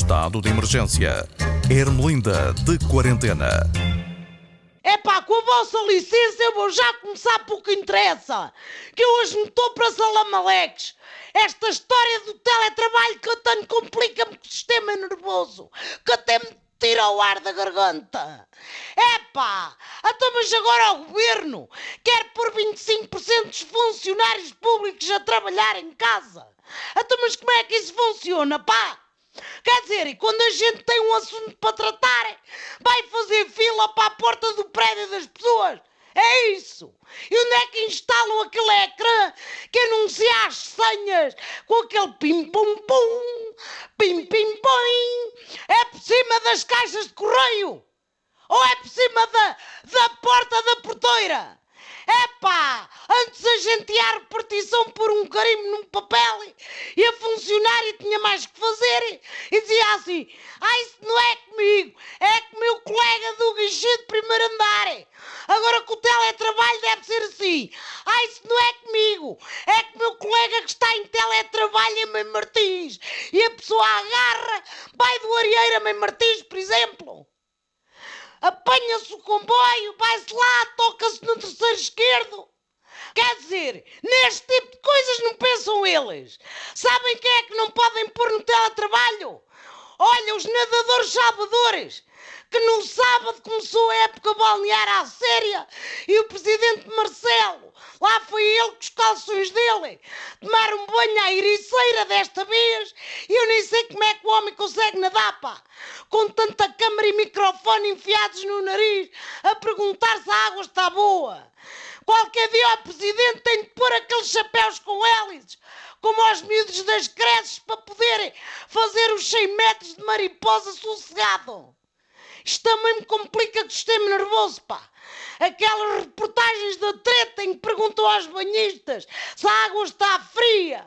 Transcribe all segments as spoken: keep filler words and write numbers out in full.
Estado de emergência. Ermelinda de quarentena. Epá, com a vossa licença eu vou já começar pelo que interessa. Que eu hoje me estou para Salamaleques. Esta história do teletrabalho que eu tenho complica-me com o sistema nervoso. Que até me tira o ar da garganta. Epá, então mas agora o governo quer pôr vinte e cinco por cento dos funcionários públicos a trabalhar em casa. Então mas como é que isso funciona, pá? Quer dizer, e quando a gente tem um assunto para tratar, vai fazer fila para a porta do prédio das pessoas? É isso! E onde é que instalam aquele ecrã que anuncia as senhas com aquele pim-pum-pum, pim-pim-pum? É por cima das caixas de correio? Ou é por cima da, da porta da porteira? Epá, antes a gente ia à repartição por um carimbo num papel e a funcionária tinha mais que fazer e dizia assim: ah, isso não é comigo, é com o meu colega do guichê de primeiro andar. Agora com o teletrabalho deve ser assim: ah, isso não é comigo, é com o meu colega que está em teletrabalho em Mãe Martins. E a pessoa agarra, vai do Arieiro a Mãe Martins, por exemplo. Apanha-se o comboio, vai-se lá, toca-se no terceiro esquerdo. Quer dizer, neste tipo de coisas não pensam eles. Sabem quem é que não podem pôr no teletrabalho? Olha, os nadadores salvadores, que no sábado começou a época balnear à séria e o presidente Marcelo, lá foi ele com os calções dele, tomar um banho à ericeira desta vez e eu nem sei como é que o homem consegue nadar, pá, com tanta câmara e microfone enfiados no nariz a perguntar se a água está boa. Qualquer dia o presidente tem de pôr aqueles chapéus com hélices, como aos miúdos das creches, para poderem fazer os cem metros de mariposa sossegado. Isto também me complica com o sistema nervoso, pá. Aquelas reportagens da treta em que perguntam aos banhistas se a água está fria.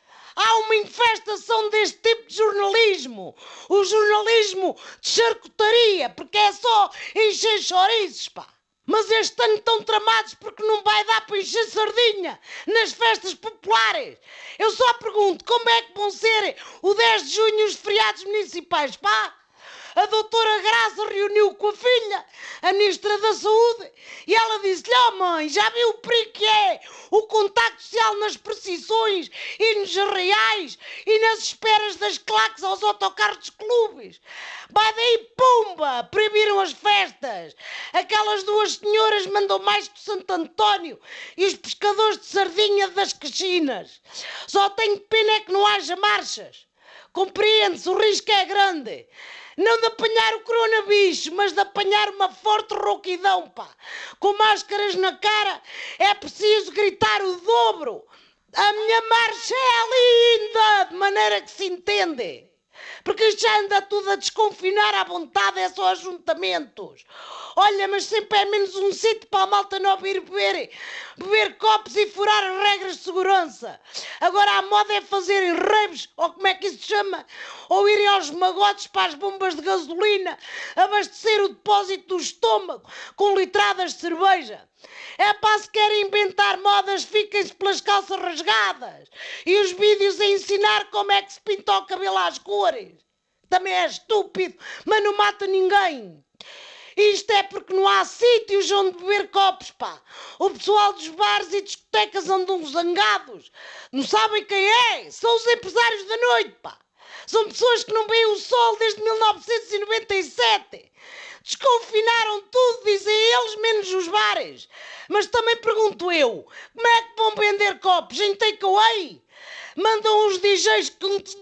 Há uma infestação deste tipo de jornalismo. O jornalismo de charcutaria, porque é só encher chouriços, pá. Mas este ano estão tramados porque não vai dar para encher sardinha nas festas populares. Eu só pergunto, como é que vão ser o dez de junho os feriados municipais, pá? A doutora Graça reuniu com a filha, a ministra da Saúde, e ela disse-lhe: ó oh mãe, já viu o perigo que é o contacto social nas procissões e nos arraiais e nas esperas das claques aos autocarros dos clubes? Vai daí, pumba, proibiram as festas. Aquelas duas senhoras mandam mais que o Santo António e os pescadores de sardinha das Caxinas. Só tenho pena é que não haja marchas. Compreende-se, o risco é grande. Não de apanhar o coronavírus, mas de apanhar uma forte rouquidão, pá. Com máscaras na cara, é preciso gritar o dobro. A minha marcha é linda, de maneira que se entende. Porque isto já anda tudo a desconfinar à vontade, é só ajuntamentos. Olha, mas sempre é menos um sítio para a malta não vir beber, beber copos e furar as regras de segurança. Agora a moda é fazerem raves, ou como é que isso se chama, ou irem aos magotes para as bombas de gasolina, abastecer o depósito do estômago com litradas de cerveja. É para se querem inventar modas, fiquem-se pelas calças rasgadas. E os vídeos a ensinar como é que se pinta o cabelo às cores. Também é estúpido, mas não mata ninguém. Isto é porque não há sítios onde beber copos, pá. O pessoal dos bares e discotecas andam zangados. Não sabem quem é? São os empresários da noite, pá. São pessoas que não veem o sol desde mil novecentos e noventa e sete. Desconfinaram tudo, dizem eles, menos os bares. Mas também pergunto eu, como é que vão vender copos em takeaway? Mandam os D Js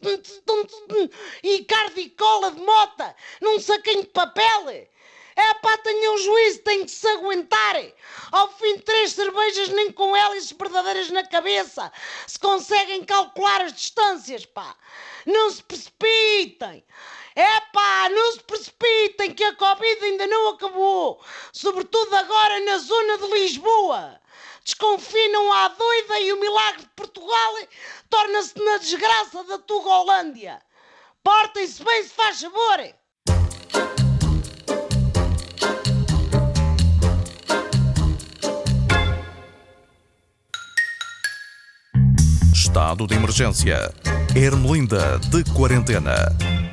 e cardicola de mota num saquinho de papel? É pá, tenham juízo, tem que se aguentar. Ao fim de três cervejas, nem com hélices verdadeiras na cabeça se conseguem calcular as distâncias, pá. Não se precipitem. É pá, não se precipitem que a Covid ainda não acabou. Sobretudo agora na zona de Lisboa. Desconfinam à doida e o milagre de Portugal torna-se na desgraça da Tugolândia. Portem-se bem, se faz favor. Estado de emergência. Ermelinda de quarentena.